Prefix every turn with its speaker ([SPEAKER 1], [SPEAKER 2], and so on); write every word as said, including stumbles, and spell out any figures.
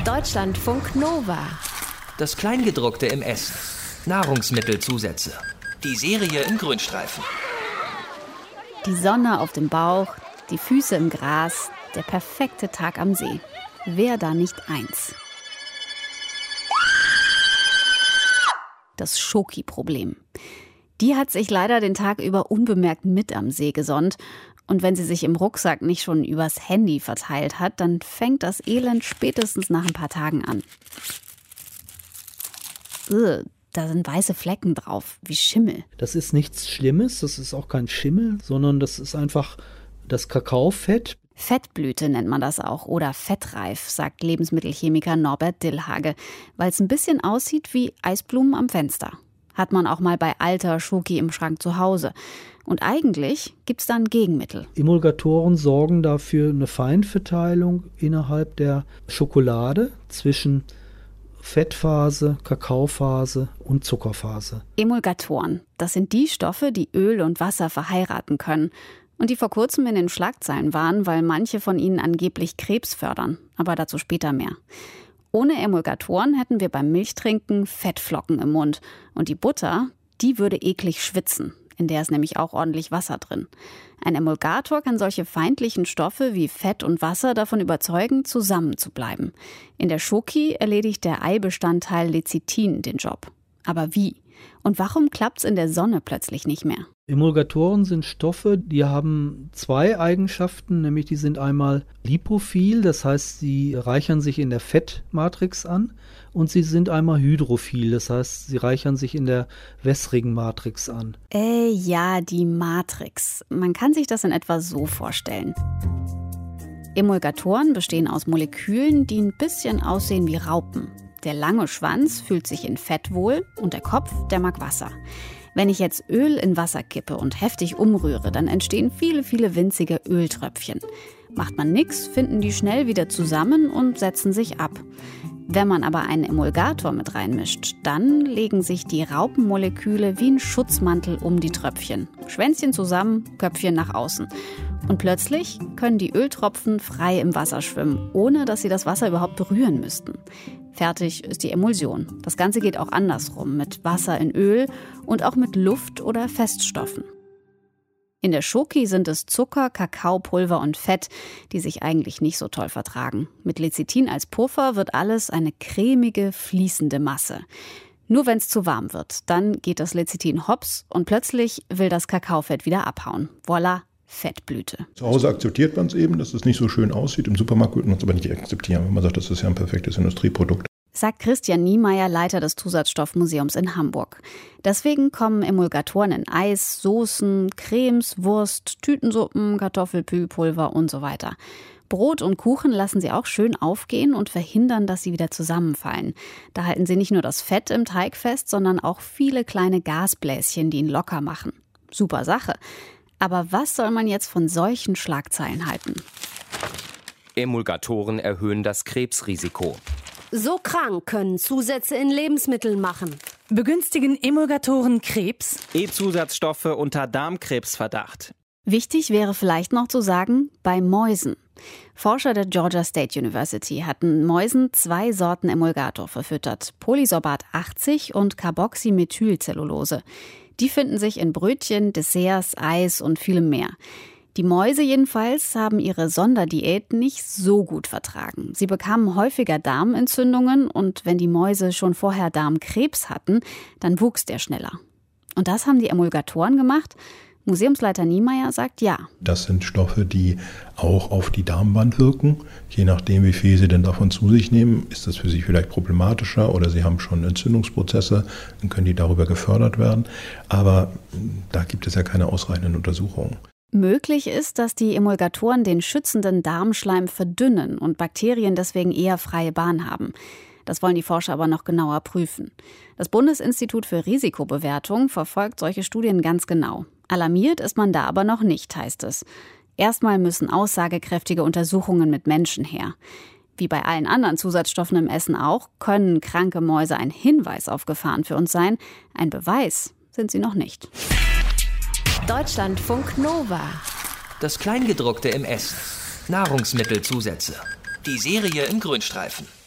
[SPEAKER 1] Deutschlandfunk Nova.
[SPEAKER 2] Das Kleingedruckte im Essen. Nahrungsmittelzusätze. Die Serie im Grünstreifen.
[SPEAKER 3] Die Sonne auf dem Bauch, die Füße im Gras, der perfekte Tag am See. Wer da nicht eins? Das Schoki-Problem. Die hat sich leider den Tag über unbemerkt mit am See gesonnt. Und wenn sie sich im Rucksack nicht schon übers Handy verteilt hat, dann fängt das Elend spätestens nach ein paar Tagen an. Ugh, da sind weiße Flecken drauf, wie Schimmel.
[SPEAKER 4] Das ist nichts Schlimmes, das ist auch kein Schimmel, sondern das ist einfach das Kakaofett.
[SPEAKER 3] Fettblüte nennt man das auch oder fettreif, sagt Lebensmittelchemiker Norbert Dillhage, weil es ein bisschen aussieht wie Eisblumen am Fenster. Hat man auch mal bei alter Schoki im Schrank zu Hause. Und eigentlich gibt es da ein Gegenmittel.
[SPEAKER 4] Emulgatoren sorgen dafür eine Feinverteilung innerhalb der Schokolade zwischen Fettphase, Kakaophase und Zuckerphase.
[SPEAKER 3] Emulgatoren, das sind die Stoffe, die Öl und Wasser verheiraten können. Und die vor kurzem in den Schlagzeilen waren, weil manche von ihnen angeblich Krebs fördern. Aber dazu später mehr. Ohne Emulgatoren hätten wir beim Milchtrinken Fettflocken im Mund. Und die Butter, die würde eklig schwitzen. In der ist nämlich auch ordentlich Wasser drin. Ein Emulgator kann solche feindlichen Stoffe wie Fett und Wasser davon überzeugen, zusammenzubleiben. In der Schoki erledigt der Eibestandteil Lecithin den Job. Aber wie? Und warum klappt's in der Sonne plötzlich nicht mehr?
[SPEAKER 4] Emulgatoren sind Stoffe, die haben zwei Eigenschaften, nämlich die sind einmal lipophil, das heißt, sie reichern sich in der Fettmatrix an, und sie sind einmal hydrophil, das heißt, sie reichern sich in der wässrigen Matrix an.
[SPEAKER 3] Äh, ja, die Matrix. Man kann sich das in etwa so vorstellen. Emulgatoren bestehen aus Molekülen, die ein bisschen aussehen wie Raupen. Der lange Schwanz fühlt sich in Fett wohl und der Kopf, der mag Wasser. Wenn ich jetzt Öl in Wasser kippe und heftig umrühre, dann entstehen viele, viele winzige Öltröpfchen. Macht man nichts, finden die schnell wieder zusammen und setzen sich ab. Wenn man aber einen Emulgator mit reinmischt, dann legen sich die Raupenmoleküle wie ein Schutzmantel um die Tröpfchen. Schwänzchen zusammen, Köpfchen nach außen. Und plötzlich können die Öltropfen frei im Wasser schwimmen, ohne dass sie das Wasser überhaupt berühren müssten. Fertig ist die Emulsion. Das Ganze geht auch andersrum, mit Wasser in Öl und auch mit Luft oder Feststoffen. In der Schoki sind es Zucker, Kakaopulver und Fett, die sich eigentlich nicht so toll vertragen. Mit Lecithin als Puffer wird alles eine cremige, fließende Masse. Nur wenn es zu warm wird, dann geht das Lecithin hops und plötzlich will das Kakaofett wieder abhauen. Voilà, Fettblüte.
[SPEAKER 5] Zu Hause akzeptiert man es eben, dass es nicht so schön aussieht. Im Supermarkt würde man es aber nicht akzeptieren, wenn man sagt, das ist ja ein perfektes Industrieprodukt.
[SPEAKER 3] Sagt Christian Niemeyer, Leiter des Zusatzstoffmuseums in Hamburg. Deswegen kommen Emulgatoren in Eis, Soßen, Cremes, Wurst, Tütensuppen, Kartoffelpü-Pulver und so weiter. Brot und Kuchen lassen sie auch schön aufgehen und verhindern, dass sie wieder zusammenfallen. Da halten sie nicht nur das Fett im Teig fest, sondern auch viele kleine Gasbläschen, die ihn locker machen. Super Sache. Aber was soll man jetzt von solchen Schlagzeilen halten?
[SPEAKER 6] Emulgatoren erhöhen das Krebsrisiko.
[SPEAKER 1] So krank können Zusätze in Lebensmitteln machen.
[SPEAKER 7] Begünstigen Emulgatoren Krebs?
[SPEAKER 6] E-Zusatzstoffe unter Darmkrebsverdacht.
[SPEAKER 3] Wichtig wäre vielleicht noch zu sagen, bei Mäusen. Forscher der Georgia State University hatten Mäusen zwei Sorten Emulgator verfüttert. Polysorbat achtzig und Carboxymethylcellulose. Die finden sich in Brötchen, Desserts, Eis und vielem mehr. Die Mäuse jedenfalls haben ihre Sonderdiät nicht so gut vertragen. Sie bekamen häufiger Darmentzündungen und wenn die Mäuse schon vorher Darmkrebs hatten, dann wuchs der schneller. Und das haben die Emulgatoren gemacht. Museumsleiter Niemeyer sagt ja.
[SPEAKER 5] Das sind Stoffe, die auch auf die Darmwand wirken. Je nachdem, wie viel sie denn davon zu sich nehmen, ist das für sie vielleicht problematischer oder sie haben schon Entzündungsprozesse, dann können die darüber gefördert werden. Aber da gibt es ja keine ausreichenden Untersuchungen.
[SPEAKER 3] Möglich ist, dass die Emulgatoren den schützenden Darmschleim verdünnen und Bakterien deswegen eher freie Bahn haben. Das wollen die Forscher aber noch genauer prüfen. Das Bundesinstitut für Risikobewertung verfolgt solche Studien ganz genau. Alarmiert ist man da aber noch nicht, heißt es. Erstmal müssen aussagekräftige Untersuchungen mit Menschen her. Wie bei allen anderen Zusatzstoffen im Essen auch, können kranke Mäuse ein Hinweis auf Gefahren für uns sein. Ein Beweis sind sie noch nicht.
[SPEAKER 1] Deutschlandfunk Nova.
[SPEAKER 2] Das Kleingedruckte im Essen. Nahrungsmittelzusätze. Die Serie im Grünstreifen.